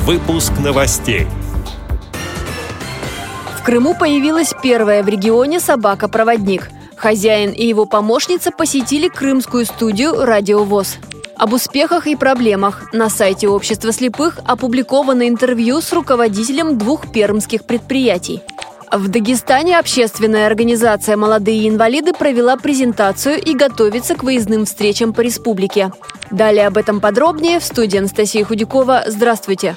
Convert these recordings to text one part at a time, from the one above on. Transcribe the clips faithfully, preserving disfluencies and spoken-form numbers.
Выпуск новостей. В Крыму появилась первая в регионе собака-проводник. Хозяин и его помощница посетили крымскую студию «Радио ВОС». Об успехах и проблемах на сайте Общества слепых опубликовано интервью с руководителем двух пермских предприятий. В Дагестане общественная организация «Молодые инвалиды» провела презентацию и готовится к выездным встречам по республике. Далее об этом подробнее в студии Анастасия Худякова. Здравствуйте!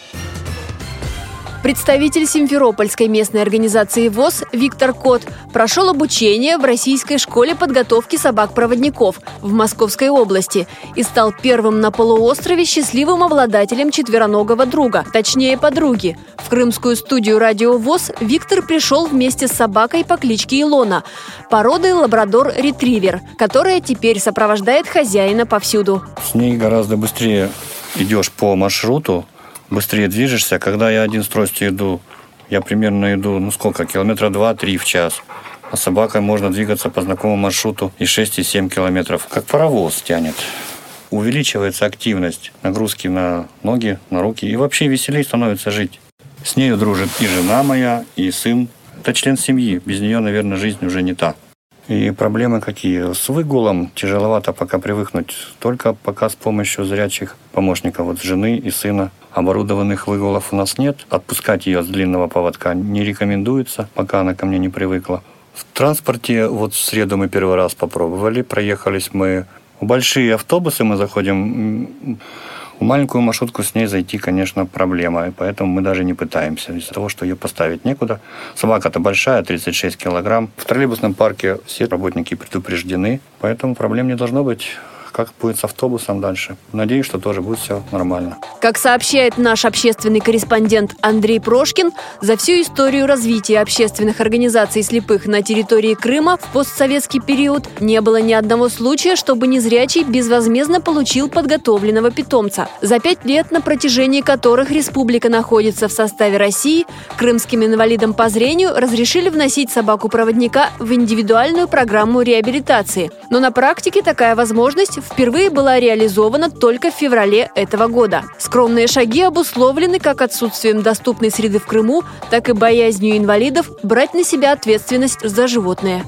Представитель Симферопольской местной организации ВОС Виктор Кот прошел обучение в Российской школе подготовки собак-проводников в Московской области и стал первым на полуострове счастливым обладателем четвероногого друга, точнее подруги. В крымскую студию «Радио ВОС» Виктор пришел вместе с собакой по кличке Илона, породы лабрадор-ретривер, которая теперь сопровождает хозяина повсюду. С ней гораздо быстрее идешь по маршруту, быстрее движешься. Когда я один с тростью иду, я примерно иду, ну сколько, километра два-три в час. А с собакой можно двигаться по знакомому маршруту и шесть, и семь километров. Как паровоз тянет. Увеличивается активность, нагрузки на ноги, на руки. И вообще веселее становится жить. С нею дружит и жена моя, и сын. Это член семьи. Без нее, наверное, жизнь уже не та. И проблемы какие? С выгулом тяжеловато пока привыкнуть. Только пока с помощью зрячих помощников, вот жены и сына. Оборудованных выгулов у нас нет. Отпускать ее с длинного поводка не рекомендуется, пока она ко мне не привыкла. В транспорте вот в среду мы первый раз попробовали. Проехались мы в большие автобусы, мы заходим. В маленькую маршрутку с ней зайти, конечно, проблема. И поэтому мы даже не пытаемся. Из-за того, что ее поставить некуда. Собака-то большая, тридцать шесть килограмм. В троллейбусном парке все работники предупреждены. Поэтому проблем не должно быть. Как будет с автобусом дальше. Надеюсь, что тоже будет все нормально. Как сообщает наш общественный корреспондент Андрей Прошкин, за всю историю развития общественных организаций слепых на территории Крыма в постсоветский период не было ни одного случая, чтобы незрячий безвозмездно получил подготовленного питомца. За пять лет, на протяжении которых республика находится в составе России, крымским инвалидам по зрению разрешили вносить собаку-проводника в индивидуальную программу реабилитации. Но на практике такая возможность впервые была реализована только в феврале этого года. Скромные шаги обусловлены как отсутствием доступной среды в Крыму, так и боязнью инвалидов брать на себя ответственность за животное.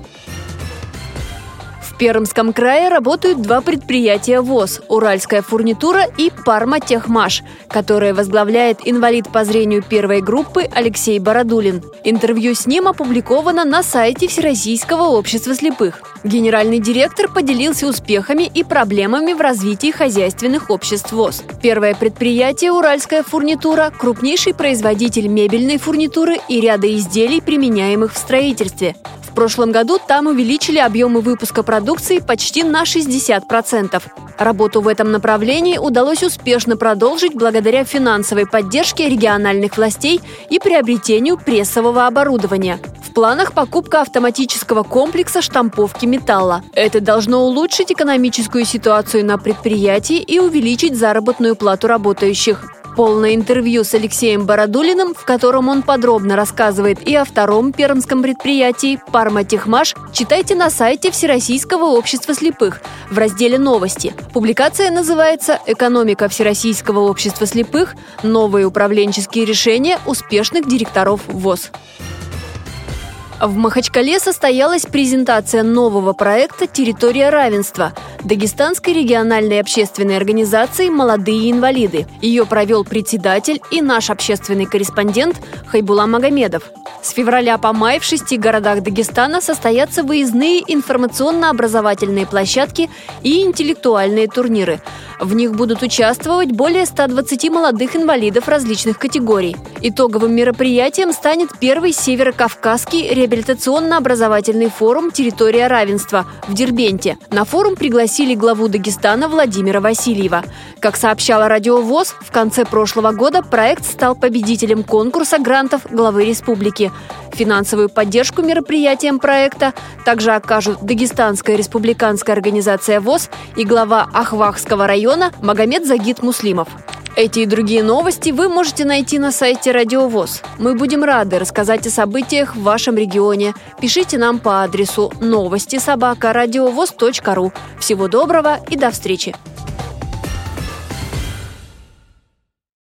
В Пермском крае работают два предприятия ВОС – «Уральская фурнитура» и «Парма-Техмаш», которые возглавляет инвалид по зрению первой группы Алексей Бородулин. Интервью с ним опубликовано на сайте Всероссийского общества слепых. Генеральный директор поделился успехами и проблемами в развитии хозяйственных обществ ВОС. Первое предприятие «Уральская фурнитура» – крупнейший производитель мебельной фурнитуры и ряда изделий, применяемых в строительстве. В прошлом году там увеличили объемы выпуска продукции почти на шестьдесят процентов. Работу в этом направлении удалось успешно продолжить благодаря финансовой поддержке региональных властей и приобретению прессового оборудования. В планах покупка автоматического комплекса штамповки металла. Это должно улучшить экономическую ситуацию на предприятии и увеличить заработную плату работающих. Полное интервью с Алексеем Бородулиным, в котором он подробно рассказывает и о втором пермском предприятии «Парма-Техмаш», читайте на сайте Всероссийского общества слепых в разделе «Новости». Публикация называется «Экономика Всероссийского общества слепых. Новые управленческие решения успешных директоров ВОС». В Махачкале состоялась презентация нового проекта «Территория равенства» Дагестанской региональной общественной организации «Молодые инвалиды». Ее провел председатель и наш общественный корреспондент Хайбула Магомедов. С февраля по май в шести городах Дагестана состоятся выездные информационно-образовательные площадки и интеллектуальные турниры. В них будут участвовать более ста двадцати молодых инвалидов различных категорий. Итоговым мероприятием станет первый северокавказский реабилитационно-образовательный форум «Территория равенства» в Дербенте. На форум пригласили главу Дагестана Владимира Васильева. Как сообщала Радио ВОС, в конце прошлого года проект стал победителем конкурса грантов главы республики. Финансовую поддержку мероприятиям проекта также окажут Дагестанская республиканская организация ВОС и глава Ахвахского района Магомед Загит Муслимов. Эти и другие новости вы можете найти на сайте Радио ВОС. Мы будем рады рассказать о событиях в вашем регионе. Пишите нам по адресу новости собака радиовос точка ру. Всего доброго и до встречи!